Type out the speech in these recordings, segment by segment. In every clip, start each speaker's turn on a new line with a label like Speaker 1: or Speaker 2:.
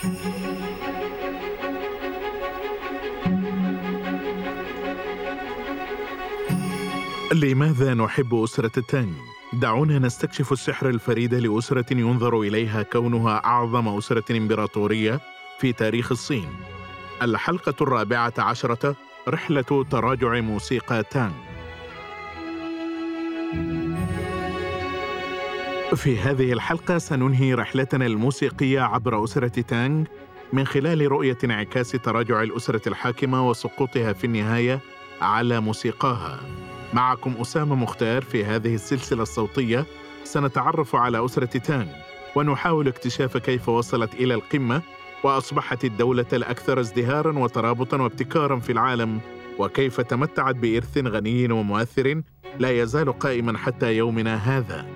Speaker 1: لماذا نحب أسرة تانغ؟ دعونا نستكشف السحر الفريد لأسرة ينظر إليها كونها أعظم أسرة إمبراطورية في تاريخ الصين. الحلقة 14: رحلة تراجع موسيقى تانغ. في هذه الحلقة سننهي رحلتنا الموسيقية عبر أسرة تانغ من خلال رؤية انعكاس تراجع الأسرة الحاكمة وسقوطها في النهاية على موسيقاها. معكم أسامة مختار. في هذه السلسلة الصوتية سنتعرف على أسرة تانغ ونحاول اكتشاف كيف وصلت إلى القمة وأصبحت الدولة الأكثر ازدهاراً وترابطاً وابتكاراً في العالم، وكيف تمتعت بإرث غني ومؤثر لا يزال قائماً حتى يومنا هذا.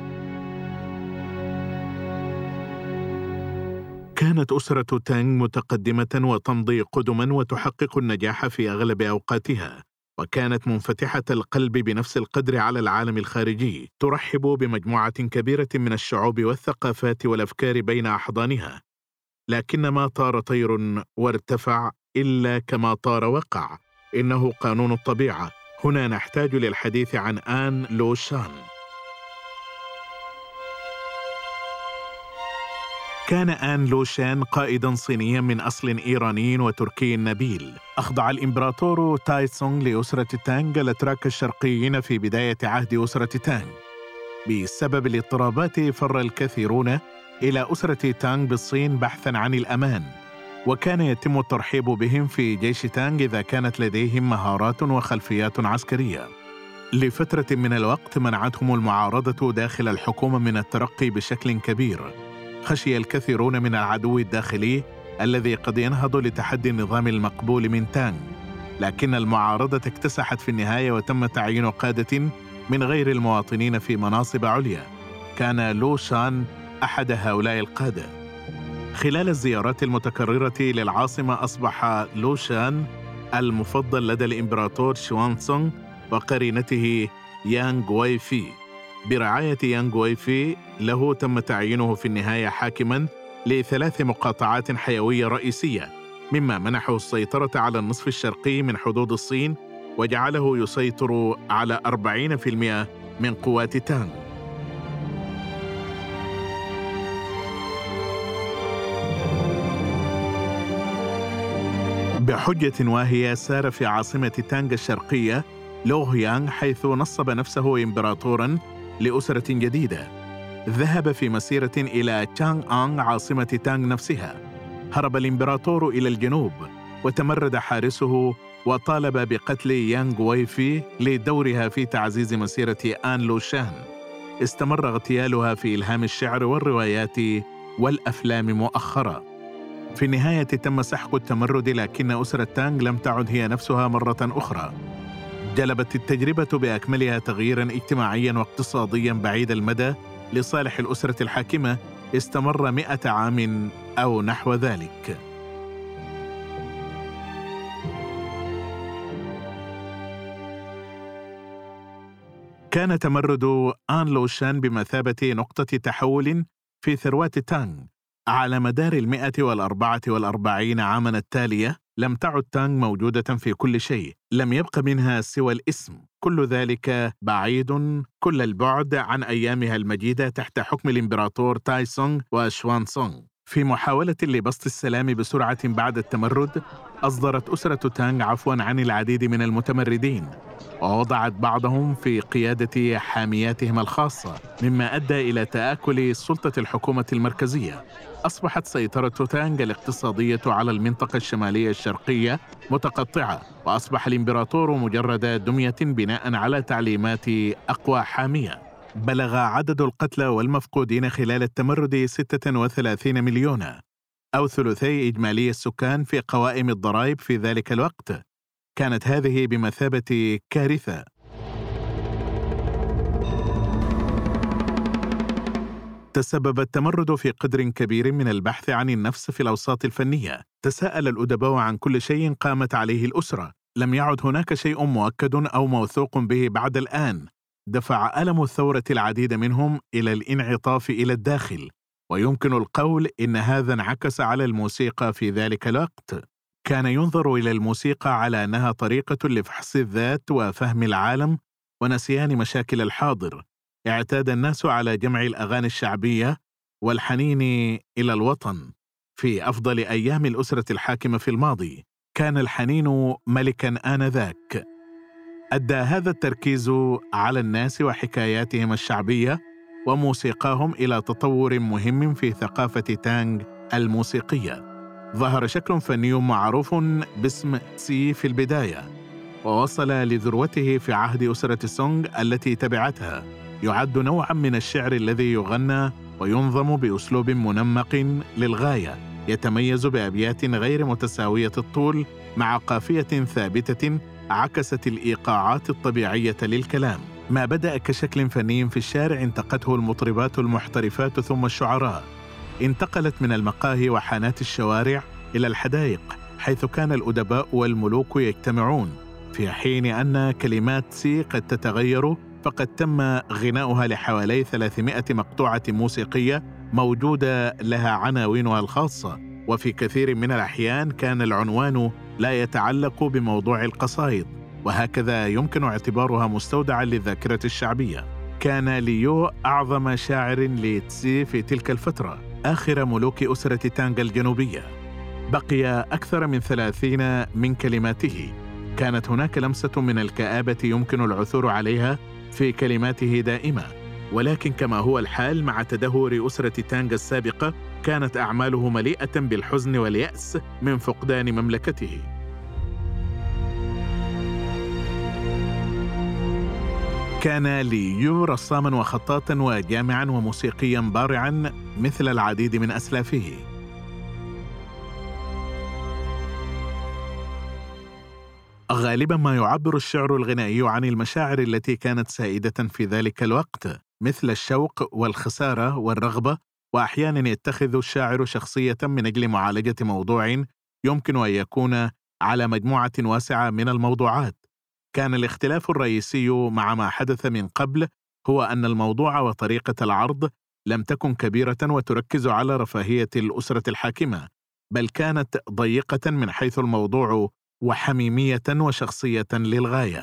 Speaker 1: كانت أسرة تانغ متقدمة وتمضي قدماً وتحقق النجاح في أغلب أوقاتها، وكانت منفتحة القلب بنفس القدر على العالم الخارجي، ترحب بمجموعة كبيرة من الشعوب والثقافات والأفكار بين أحضانها. لكن ما طار طير وارتفع إلا كما طار وقع، إنه قانون الطبيعة. هنا نحتاج للحديث عن آن لو شان. كان آن لو شان قائداً صينياً من أصل إيراني وتركي نبيل. أخضع الإمبراطور تايسونغ لأسرة تانغ الأتراك الشرقيين في بداية عهد أسرة تانغ. بسبب الاضطرابات فر الكثيرون إلى أسرة تانغ بالصين بحثاً عن الأمان، وكان يتم الترحيب بهم في جيش تانغ إذا كانت لديهم مهارات وخلفيات عسكرية. لفترة من الوقت منعتهم المعارضة داخل الحكومة من الترقي بشكل كبير. خشي الكثيرون من العدو الداخلي الذي قد ينهض لتحدي النظام المقبول من تانغ، لكن المعارضة اكتسحت في النهاية وتم تعيين قادة من غير المواطنين في مناصب عليا. كان لو شان أحد هؤلاء القادة. خلال الزيارات المتكررة للعاصمة أصبح لو شان المفضل لدى الإمبراطور شوان سونغ وقرينته يانغ واي في. برعاية يانغ واي في له تم تعيينه في النهاية حاكماً ل3 مقاطعات حيوية رئيسية، مما منحه السيطرة على النصف الشرقي من حدود الصين وجعله يسيطر على 40% من قوات تانغ. بحجة واهية سار في عاصمة تانغ الشرقية لوغيانغ، حيث نصب نفسه إمبراطوراً لأسرة جديدة. ذهب في مسيرة إلى تشانغ آنغ عاصمة تانغ نفسها. هرب الإمبراطور إلى الجنوب وتمرد حارسه وطالب بقتل يانغ واي في لدورها في تعزيز مسيرة آن لو شان. استمر اغتيالها في إلهام الشعر والروايات والأفلام مؤخرا. في النهاية تم سحق التمرد، لكن أسرة تانغ لم تعد هي نفسها مرة أخرى. جلبت التجربة بأكملها تغييراً اجتماعياً واقتصادياً بعيد المدى لصالح الأسرة الحاكمة استمر 100 عام أو نحو ذلك. كان تمرد آن لو شان بمثابة نقطة تحول في ثروات تانغ. على مدار 144 عاماً التالية لم تعد تانغ موجودة في كل شيء، لم يبق منها سوى الاسم. كل ذلك بعيد كل البعد عن أيامها المجيدة تحت حكم الإمبراطور تايسونغ وشوان سونغ. في محاولة لبسط السلام بسرعة بعد التمرد، أصدرت أسرة تانغ عفواً عن العديد من المتمردين، ووضعت بعضهم في قيادة حامياتهم الخاصة، مما أدى إلى تآكل سلطة الحكومة المركزية. أصبحت سيطرة تانغ الاقتصادية على المنطقة الشمالية الشرقية متقطعة، وأصبح الإمبراطور مجرد دمية بناء على تعليمات أقوى حامية. بلغ عدد القتلى والمفقودين خلال التمرد 36 مليون، أو ثلثي إجمالي السكان في قوائم الضرائب في ذلك الوقت. كانت هذه بمثابة كارثة. تسبب التمرد في قدر كبير من البحث عن النفس في الأوساط الفنية. تساءل الأدباء عن كل شيء قامت عليه الأسرة. لم يعد هناك شيء مؤكد أو موثوق به بعد الآن. دفع ألم الثورة العديد منهم إلى الانعطاف إلى الداخل، ويمكن القول إن هذا انعكس على الموسيقى في ذلك الوقت. كان ينظر إلى الموسيقى على أنها طريقة لفحص الذات وفهم العالم ونسيان مشاكل الحاضر. اعتاد الناس على جمع الأغاني الشعبية والحنين إلى الوطن في أفضل أيام الأسرة الحاكمة في الماضي. كان الحنين ملكاً آنذاك. أدى هذا التركيز على الناس وحكاياتهم الشعبية وموسيقاهم إلى تطور مهم في ثقافة تانغ الموسيقية. ظهر شكل فني معروف باسم تسي في البداية، ووصل لذروته في عهد أسرة سونغ التي تبعتها. يعد نوعاً من الشعر الذي يغنى وينظم بأسلوب منمق للغاية، يتميز بأبيات غير متساوية الطول مع قافية ثابتة عكست الإيقاعات الطبيعية للكلام. ما بدأ كشكل فني في الشارع انتقته المطربات المحترفات ثم الشعراء. انتقلت من المقاهي وحانات الشوارع إلى الحدائق، حيث كان الأدباء والملوك يجتمعون. في حين أن كلمات سي قد تتغير، فقد تم غناؤها لحوالي 300 مقطوعة موسيقية موجودة لها عناوينها الخاصة، وفي كثير من الأحيان كان العنوان لا يتعلق بموضوع القصائد، وهكذا يمكن اعتبارها مستودعاً للذاكرة الشعبية. كان ليو أعظم شاعر لتسي في تلك الفترة، آخر ملوك أسرة تانغ الجنوبية. بقي أكثر من 30 من كلماته. كانت هناك لمسة من الكآبة يمكن العثور عليها في كلماته دائما، ولكن كما هو الحال مع تدهور أسرة تانغ السابقة، كانت أعماله مليئة بالحزن واليأس من فقدان مملكته. كان ليو رساماً وخطاطاً وجامعاً وموسيقياً بارعاً مثل العديد من أسلافه. غالباً ما يعبر الشعر الغنائي عن المشاعر التي كانت سائدة في ذلك الوقت، مثل الشوق والخسارة والرغبة، وأحياناً يتخذ الشاعر شخصية من أجل معالجة موضوع يمكن أن يكون على مجموعة واسعة من الموضوعات. كان الاختلاف الرئيسي مع ما حدث من قبل هو أن الموضوع وطريقة العرض لم تكن كبيرة وتركز على رفاهية الأسرة الحاكمة، بل كانت ضيقة من حيث الموضوع وحميمية وشخصية للغاية.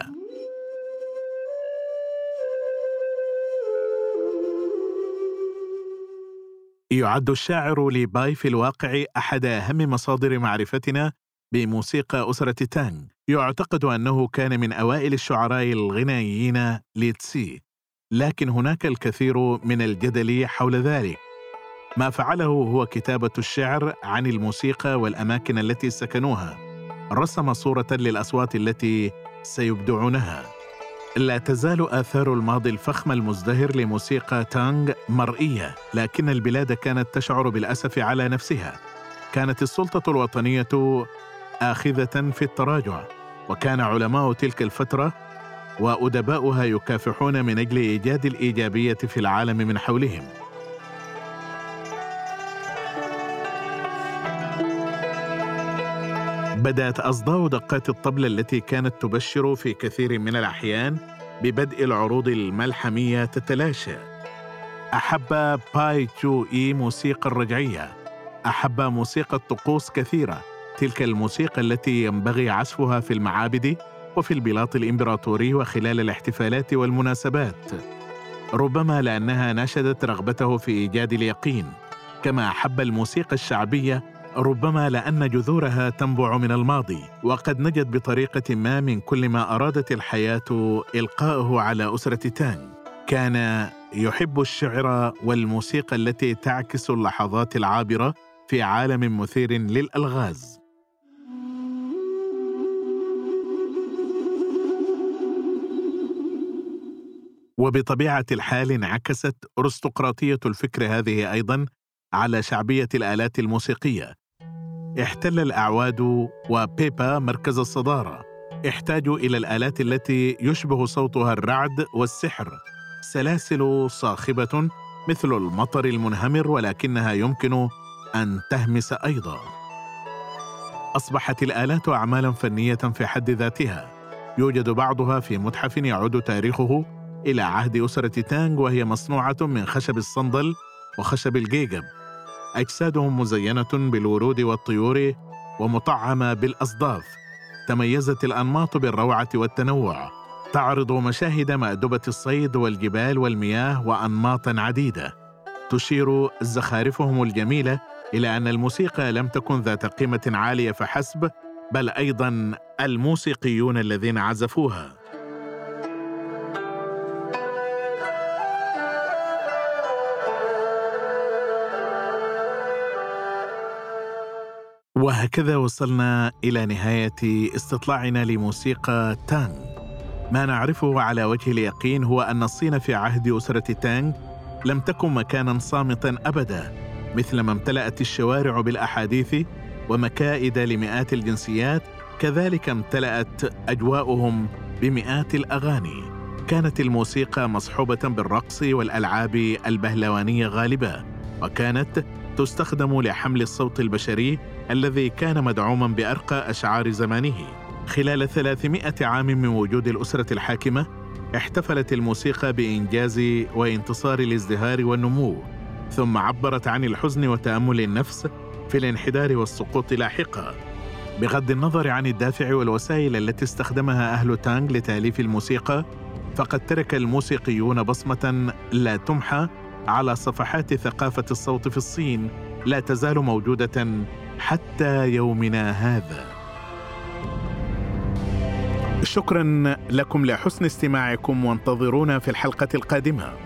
Speaker 1: يعد الشاعر لي باي في الواقع أحد أهم مصادر معرفتنا بموسيقى أسرة تانغ. يعتقد أنه كان من أوائل الشعراء الغنائيين لتسي، لكن هناك الكثير من الجدل حول ذلك. ما فعله هو كتابة الشعر عن الموسيقى والأماكن التي سكنوها. رسم صورة للأصوات التي سيبدعونها. لا تزال آثار الماضي الفخم المزدهر لموسيقى تانغ مرئية، لكن البلاد كانت تشعر بالأسف على نفسها. كانت السلطة الوطنية آخذة في التراجع، وكان علماء تلك الفترة وأدباؤها يكافحون من أجل إيجاد الإيجابية في العالم من حولهم. بدأت أصداء دقات الطبلة التي كانت تبشر في كثير من الأحيان ببدء العروض الملحمية تتلاشى. أحب باي تشو إي موسيقى الرجعية. أحب موسيقى الطقوس كثيرة، تلك الموسيقى التي ينبغي عزفها في المعابد وفي البلاط الإمبراطوري وخلال الاحتفالات والمناسبات، ربما لأنها نشدت رغبته في إيجاد اليقين. كما أحب الموسيقى الشعبية، ربما لأن جذورها تنبع من الماضي، وقد نجت بطريقة ما من كل ما أرادت الحياة إلقاءه على أسرة تانغ. كان يحب الشعر والموسيقى التي تعكس اللحظات العابرة في عالم مثير للألغاز. وبطبيعة الحال انعكست أرستقراطية الفكر هذه أيضاً على شعبية الآلات الموسيقية. احتل الأعواد وبيبا مركز الصدارة. احتاجوا إلى الآلات التي يشبه صوتها الرعد والسحر، سلاسل صاخبة مثل المطر المنهمر، ولكنها يمكن أن تهمس أيضاً. أصبحت الآلات أعمالاً فنية في حد ذاتها، يوجد بعضها في متحف يعود تاريخه إلى عهد أسرة تانغ، وهي مصنوعة من خشب الصندل وخشب الجيجب. أجسادهم مزينة بالورود والطيور ومطعمة بالأصداف. تميزت الأنماط بالروعة والتنوع، تعرض مشاهد مأدبة الصيد والجبال والمياه وأنماطا عديدة. تشير زخارفهم الجميلة إلى أن الموسيقى لم تكن ذات قيمة عالية فحسب، بل أيضا الموسيقيون الذين عزفوها. وهكذا وصلنا إلى نهاية استطلاعنا لموسيقى تانغ. ما نعرفه على وجه اليقين هو أن الصين في عهد أسرة تانغ لم تكن مكاناً صامتاً أبداً، مثلما امتلأت الشوارع بالأحاديث ومكائد لمئات الجنسيات، كذلك امتلأت أجواؤهم بمئات الأغاني. كانت الموسيقى مصحوبة بالرقص والألعاب البهلوانية غالباً، وكانت تستخدم لحمل الصوت البشري الذي كان مدعوماً بأرقى أشعار زمانه. خلال 300 عام من وجود الأسرة الحاكمة، احتفلت الموسيقى بإنجاز وانتصار الازدهار والنمو، ثم عبرت عن الحزن وتأمل النفس في الانحدار والسقوط لاحقا. بغض النظر عن الدافع والوسائل التي استخدمها أهل تانغ لتأليف الموسيقى، فقد ترك الموسيقيون بصمة لا تمحى على صفحات ثقافة الصوت في الصين، لا تزال موجودة حتى يومنا هذا. شكراً لكم لحسن استماعكم، وانتظرونا في الحلقة القادمة.